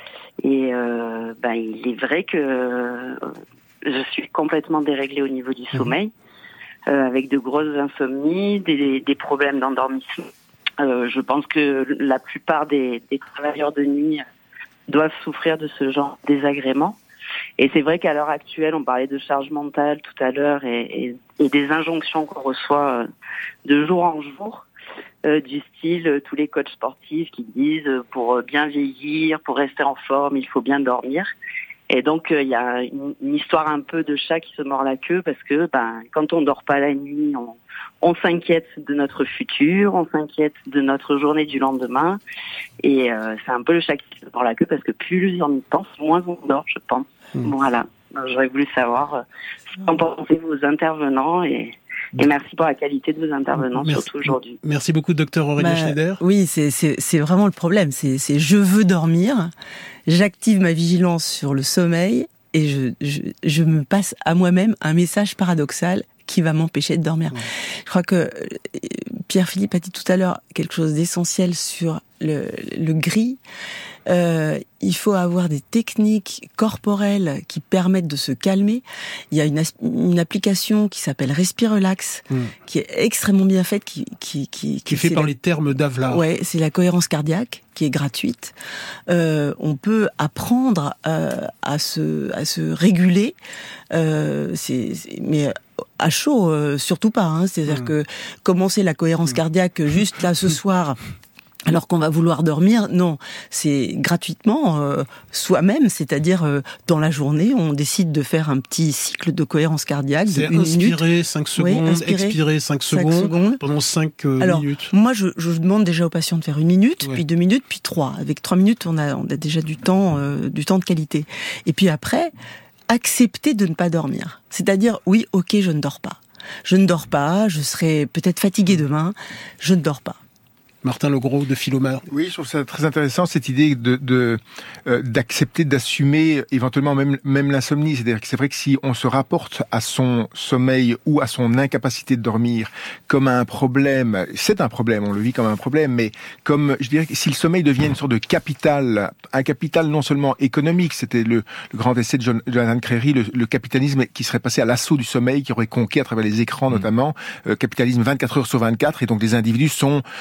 Et euh, bah, il est vrai que euh, je suis complètement déréglée au niveau du sommeil, mmh. euh, avec de grosses insomnies, des, des problèmes d'endormissement. Euh, je pense que la plupart des, des travailleurs de nuit doivent souffrir de ce genre de désagréments. Et c'est vrai qu'à l'heure actuelle, on parlait de charge mentale tout à l'heure et, et, et des injonctions qu'on reçoit de jour en jour, euh, du style euh, tous les coachs sportifs qui disent euh, pour bien vieillir, pour rester en forme, il faut bien dormir. Et donc il euh, y a une, une histoire un peu de chat qui se mord la queue parce que ben quand on dort pas la nuit, on, on s'inquiète de notre futur, on s'inquiète de notre journée du lendemain. Et euh, c'est un peu le chat qui se mord la queue parce que plus on y pense, moins on dort, je pense. Mmh. Voilà. Donc, j'aurais voulu savoir euh, ce qu'en pensez vos intervenants et, et merci pour la qualité de vos intervenants, merci, surtout aujourd'hui. Merci beaucoup, docteur Aurélie bah, Schneider. Oui, c'est, c'est, c'est vraiment le problème. C'est, c'est je veux dormir, j'active ma vigilance sur le sommeil et je, je, je me passe à moi-même un message paradoxal qui va m'empêcher de dormir. Ouais. Je crois que Pierre-Philippe a dit tout à l'heure quelque chose d'essentiel sur le, le gris. Euh, il faut avoir des techniques corporelles qui permettent de se calmer. Il y a une, une application qui s'appelle Respirelax, mmh. qui est extrêmement bien faite, qui qui qui, qui, qui est fait par la... les termes d'Avlar. Ouais, c'est la cohérence cardiaque, qui est gratuite. Euh, on peut apprendre euh, à se à se réguler, euh, c'est, c'est mais à chaud, euh, surtout pas. Hein. C'est-à-dire mmh. que commencer la cohérence mmh. cardiaque juste là ce soir. Alors qu'on va vouloir dormir, non, c'est gratuitement euh, soi-même, c'est-à-dire euh, dans la journée, on décide de faire un petit cycle de cohérence cardiaque c'est de une minute. Inspirer cinq secondes, oui, inspirer, expirer cinq secondes, secondes pendant cinq euh, Alors, minutes. Moi, je, je demande déjà aux patients de faire une minute, ouais. puis deux minutes, puis trois. Avec trois minutes, on a, on a déjà du temps, euh, du temps de qualité. Et puis après, accepter de ne pas dormir. C'est-à-dire, oui, ok, je ne dors pas. Je ne dors pas, je serai peut-être fatigué demain, je ne dors pas. Martin Legros de Philomar. Oui, je trouve ça très intéressant cette idée de, de euh, d'accepter, d'assumer éventuellement même même l'insomnie. C'est-à-dire que c'est vrai que si on se rapporte à son sommeil ou à son incapacité de dormir comme à un problème, c'est un problème, on le vit comme un problème, mais comme je dirais que si le sommeil devient une sorte de capital, un capital non seulement économique, c'était le, le grand essai de John, Jonathan Crary, le, le capitalisme qui serait passé à l'assaut du sommeil, qui aurait conquis à travers les écrans mmh. notamment, euh, capitalisme vingt-quatre heures sur vingt-quatre, et donc les individus sont, il y a, y a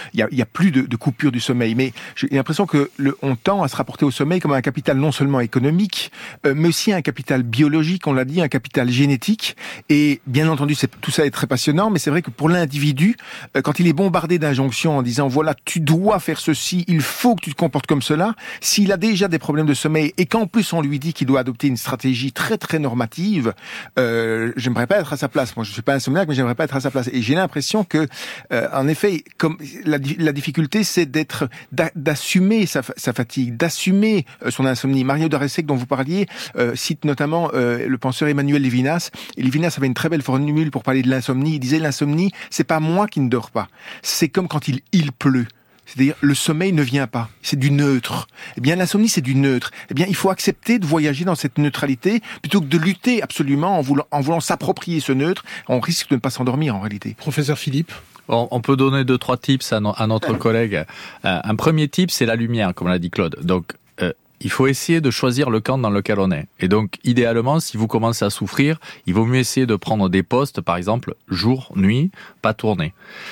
plus de, de coupure du sommeil. Mais j'ai l'impression que le, on tend à se rapporter au sommeil comme un capital non seulement économique, euh, mais aussi un capital biologique, on l'a dit, un capital génétique. Et bien entendu, c'est, tout ça est très passionnant, mais c'est vrai que pour l'individu, euh, quand il est bombardé d'injonctions en disant voilà, tu dois faire ceci, il faut que tu te comportes comme cela, s'il a déjà des problèmes de sommeil et qu'en plus on lui dit qu'il doit adopter une stratégie très très normative, euh, j'aimerais pas être à sa place. Moi, je suis pas insomniaque, mais j'aimerais pas être à sa place. Et j'ai l'impression que, euh, en effet, comme la, la difficulté, c'est d'être, d'assumer sa, sa fatigue, d'assumer son insomnie. Mario Daressec, dont vous parliez, euh, cite notamment euh, le penseur Emmanuel Levinas. Et Levinas avait une très belle formule pour parler de l'insomnie. Il disait l'insomnie, c'est pas moi qui ne dors pas, c'est comme quand il il pleut. C'est-à-dire, le sommeil ne vient pas. C'est du neutre. Eh bien, l'insomnie, c'est du neutre. Eh bien, il faut accepter de voyager dans cette neutralité plutôt que de lutter absolument en voulant, en voulant s'approprier ce neutre. On risque de ne pas s'endormir, en réalité. Professeur Philippe? On peut donner deux, trois tips à, no- à notre collègue. Euh, un premier tip, c'est la lumière, comme l'a dit Claude. Donc, euh, il faut essayer de choisir le camp dans lequel on est. Et donc, idéalement, si vous commencez à souffrir, il vaut mieux essayer de prendre des postes, par exemple, jour, nuit, pas tourner.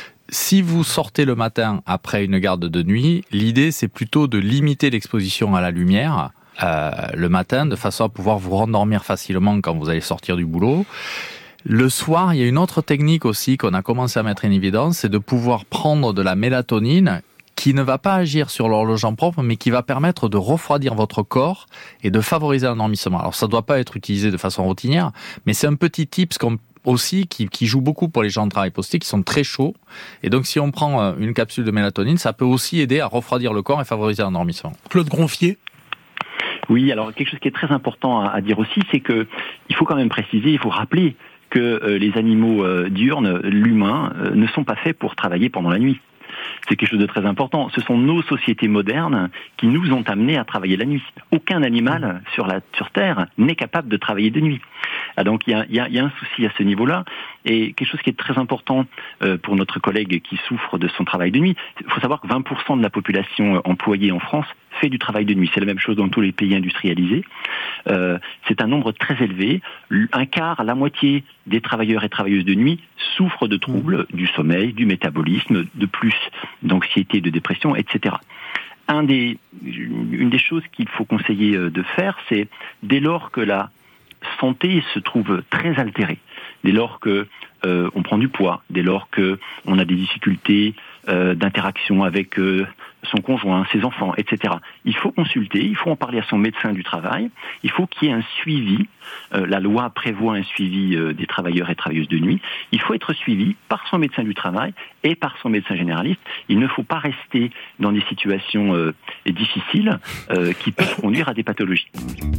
Si vous sortez le matin après une garde de nuit, l'idée c'est plutôt de limiter l'exposition à la lumière euh, le matin, de façon à pouvoir vous rendormir facilement quand vous allez sortir du boulot. Le soir, il y a une autre technique aussi qu'on a commencé à mettre en évidence, c'est de pouvoir prendre de la mélatonine qui ne va pas agir sur l'horloge en propre, mais qui va permettre de refroidir votre corps et de favoriser l'endormissement. Alors ça ne doit pas être utilisé de façon routinière, mais c'est un petit tips qu'on aussi qui, qui joue beaucoup pour les gens de travail posté qui sont très chauds. Et donc, si on prend une capsule de mélatonine, ça peut aussi aider à refroidir le corps et favoriser l'endormissement. Claude Gronfier. Oui, alors quelque chose qui est très important à, à dire aussi, c'est que il faut quand même préciser, il faut rappeler que euh, les animaux euh, diurnes, l'humain, euh, ne sont pas faits pour travailler pendant la nuit. C'est quelque chose de très important. Ce sont nos sociétés modernes qui nous ont amenés à travailler la nuit. Aucun animal sur la sur Terre n'est capable de travailler de nuit. Ah, donc il y a, y, a, y a un souci à ce niveau-là. Et quelque chose qui est très important euh, pour notre collègue qui souffre de son travail de nuit, il faut savoir que vingt pour cent de la population employée en France fait du travail de nuit. C'est la même chose dans tous les pays industrialisés. Euh, c'est un nombre très élevé. Un quart, la moitié des travailleurs et travailleuses de nuit souffrent de troubles du sommeil, du métabolisme, de plus d'anxiété, de dépression, et cetera. Un des, une des choses qu'il faut conseiller de faire, c'est dès lors que la santé se trouve très altérée, dès lors que euh, on prend du poids, dès lors que on a des difficultés euh, d'interaction avec euh, son conjoint, ses enfants, et cetera. Il faut consulter, il faut en parler à son médecin du travail, il faut qu'il y ait un suivi. Euh, la loi prévoit un suivi euh, des travailleurs et travailleuses de nuit. Il faut être suivi par son médecin du travail et par son médecin généraliste. Il ne faut pas rester dans des situations euh, difficiles euh, qui peuvent conduire à des pathologies.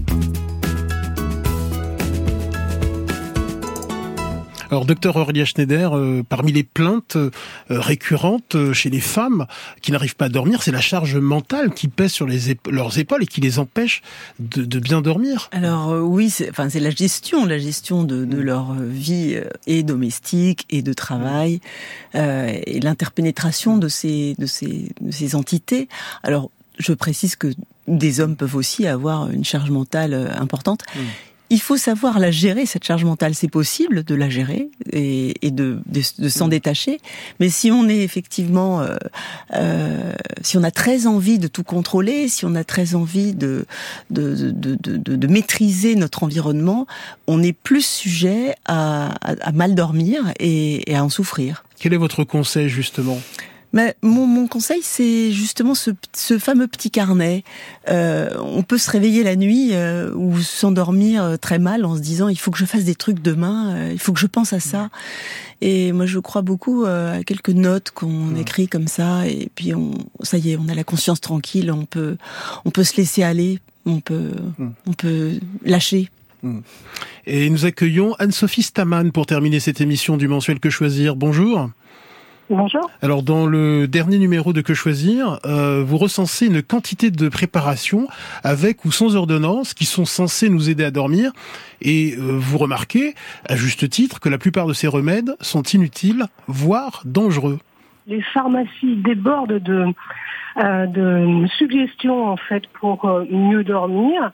Alors, docteur Aurélia Schneider, euh, parmi les plaintes euh, récurrentes euh, chez les femmes qui n'arrivent pas à dormir, c'est la charge mentale qui pèse sur les épa- leurs épaules et qui les empêche de, de bien dormir. Alors euh, oui, c'est, enfin c'est la gestion, la gestion de, de leur vie euh, et domestique et de travail euh, et l'interpénétration de ces de ces de ces entités. Alors je précise que des hommes peuvent aussi avoir une charge mentale euh, importante. Mmh. Il faut savoir la gérer, cette charge mentale. C'est possible de la gérer et, et de, de, de s'en détacher. Mais si on est effectivement, euh, euh, si on a très envie de tout contrôler, si on a très envie de, de, de, de, de, de maîtriser notre environnement, on est plus sujet à, à, à mal dormir et, et à en souffrir. Quel est votre conseil, justement ? Mais mon, mon conseil, c'est justement ce, ce fameux petit carnet. Euh, on peut se réveiller la nuit euh, ou s'endormir très mal en se disant il faut que je fasse des trucs demain, euh, il faut que je pense à ça. Et moi, je crois beaucoup euh, à quelques notes qu'on mmh. écrit comme ça, et puis on, ça y est, on a la conscience tranquille, on peut, on peut se laisser aller, on peut, mmh. on peut lâcher. Et nous accueillons Anne-Sophie Staman pour terminer cette émission du mensuel Que Choisir. Bonjour. Bonjour. Alors, dans le dernier numéro de Que Choisir, euh, vous recensez une quantité de préparations avec ou sans ordonnance qui sont censées nous aider à dormir. Et euh, vous remarquez, à juste titre, que la plupart de ces remèdes sont inutiles, voire dangereux. les pharmacies débordent de, euh, de suggestions en fait pour euh, mieux dormir.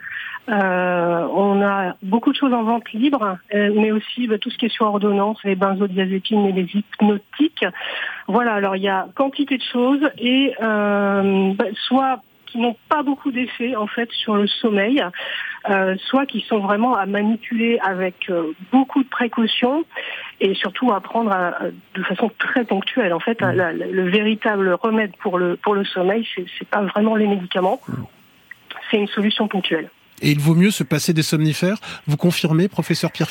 Euh, on a beaucoup de choses en vente libre, euh, mais aussi bah, tout ce qui est sur ordonnance, les benzodiazépines et les hypnotiques. Voilà, alors il y a quantité de choses et euh, bah, soit qui n'ont pas beaucoup d'effet en fait sur le sommeil, euh, soit qui sont vraiment à manipuler avec euh, beaucoup de précautions et surtout à prendre à, à, de façon très ponctuelle. En fait, mmh. la, la, le véritable remède pour le pour le sommeil, c'est, c'est pas vraiment les médicaments, mmh. c'est une solution ponctuelle. Et il vaut mieux se passer des somnifères. Vous confirmez, professeur Pierre-Philippe ?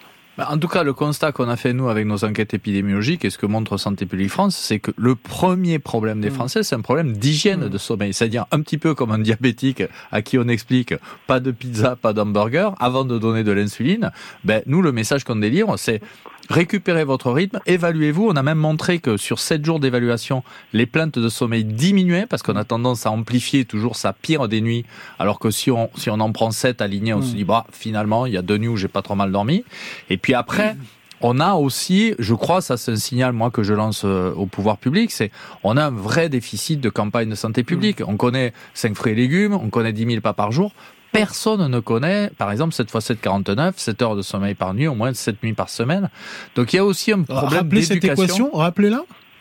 En tout cas, le constat qu'on a fait, nous, avec nos enquêtes épidémiologiques, et ce que montre Santé publique France, c'est que le premier problème des Français, c'est un problème d'hygiène mmh. de sommeil. C'est-à-dire un petit peu comme un diabétique à qui on explique pas de pizza, pas d'hamburger, avant de donner de l'insuline. Ben, nous, le message qu'on délivre, c'est récupérez votre rythme, évaluez-vous. On a même montré que sur sept jours d'évaluation, les plaintes de sommeil diminuaient parce qu'on a tendance à amplifier toujours sa pire des nuits. Alors que si on, si on en prend sept alignés, on mmh. se dit, bah, finalement, il y a deux nuits où j'ai pas trop mal dormi. Et puis après, mmh. on a aussi, je crois, ça c'est un signal, moi, que je lance au pouvoir public, c'est, on a un vrai déficit de campagne de santé publique. Mmh. On connaît cinq fruits et légumes, on connaît dix mille pas par jour. Personne ne connaît, par exemple, sept fois sept, quarante-neuf, sept heures de sommeil par nuit, au moins sept nuits par semaine. Donc il y a aussi un problème Rappelez d'éducation. Cette équation, rappelez-la.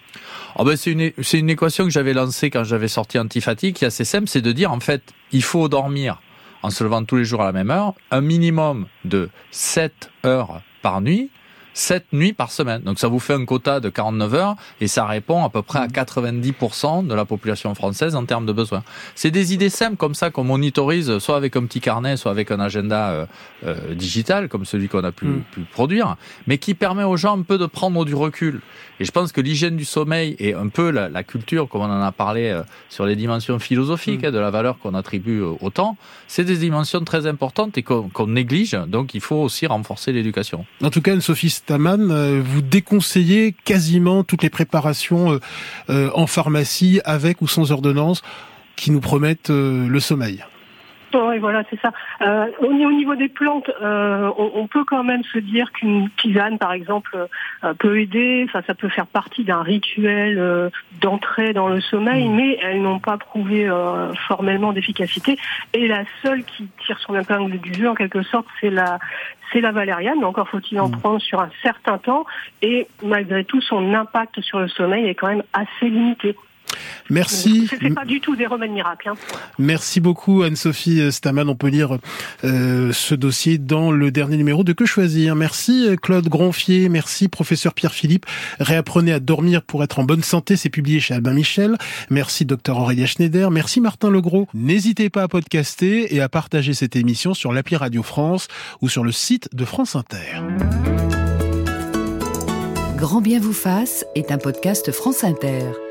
Oh ben c'est une, c'est une équation que j'avais lancée quand j'avais sorti Antifatigue, qui est assez simple, c'est de dire, en fait, il faut dormir en se levant tous les jours à la même heure, un minimum de sept heures par nuit, sept nuits par semaine. Donc ça vous fait un quota de quarante-neuf heures et ça répond à peu près à quatre-vingt-dix pour cent de la population française en termes de besoins. C'est des idées simples comme ça qu'on monitorise soit avec un petit carnet, soit avec un agenda euh, euh, digital comme celui qu'on a pu, mmh. pu produire, mais qui permet aux gens un peu de prendre du recul. Et je pense que l'hygiène du sommeil et un peu la, la culture, comme on en a parlé euh, sur les dimensions philosophiques, mmh. hein, de la valeur qu'on attribue euh, au temps, c'est des dimensions très importantes et qu'on, qu'on néglige. Donc il faut aussi renforcer l'éducation. En tout cas, Anne-Sophie Staman, vous déconseillez quasiment toutes les préparations euh, en pharmacie avec ou sans ordonnance qui nous promettent euh, le sommeil. Oui, voilà, c'est ça. Euh, au niveau des plantes, euh, on, on peut quand même se dire qu'une tisane, par exemple, euh, peut aider. Enfin, ça peut faire partie d'un rituel euh, d'entrée dans le sommeil, mmh. mais elles n'ont pas prouvé euh, formellement d'efficacité. Et la seule qui tire son épingle du jeu, en quelque sorte, c'est la, c'est la valériane. Mais encore faut-il en mmh. prendre sur un certain temps. Et malgré tout, son impact sur le sommeil est quand même assez limité. Merci. C'est pas du tout des remèdes miracles. Hein. Merci beaucoup Anne-Sophie Staman. On peut lire euh, ce dossier dans le dernier numéro de Que choisir. Merci Claude Gronfier. Merci professeur Pierre-Philippe. Réapprenez à dormir pour être en bonne santé. C'est publié chez Albin Michel. Merci docteur Aurélia Schneider. Merci Martin Legros. N'hésitez pas à podcaster et à partager cette émission sur l'appli Radio France ou sur le site de France Inter. Grand bien vous fasse est un podcast France Inter.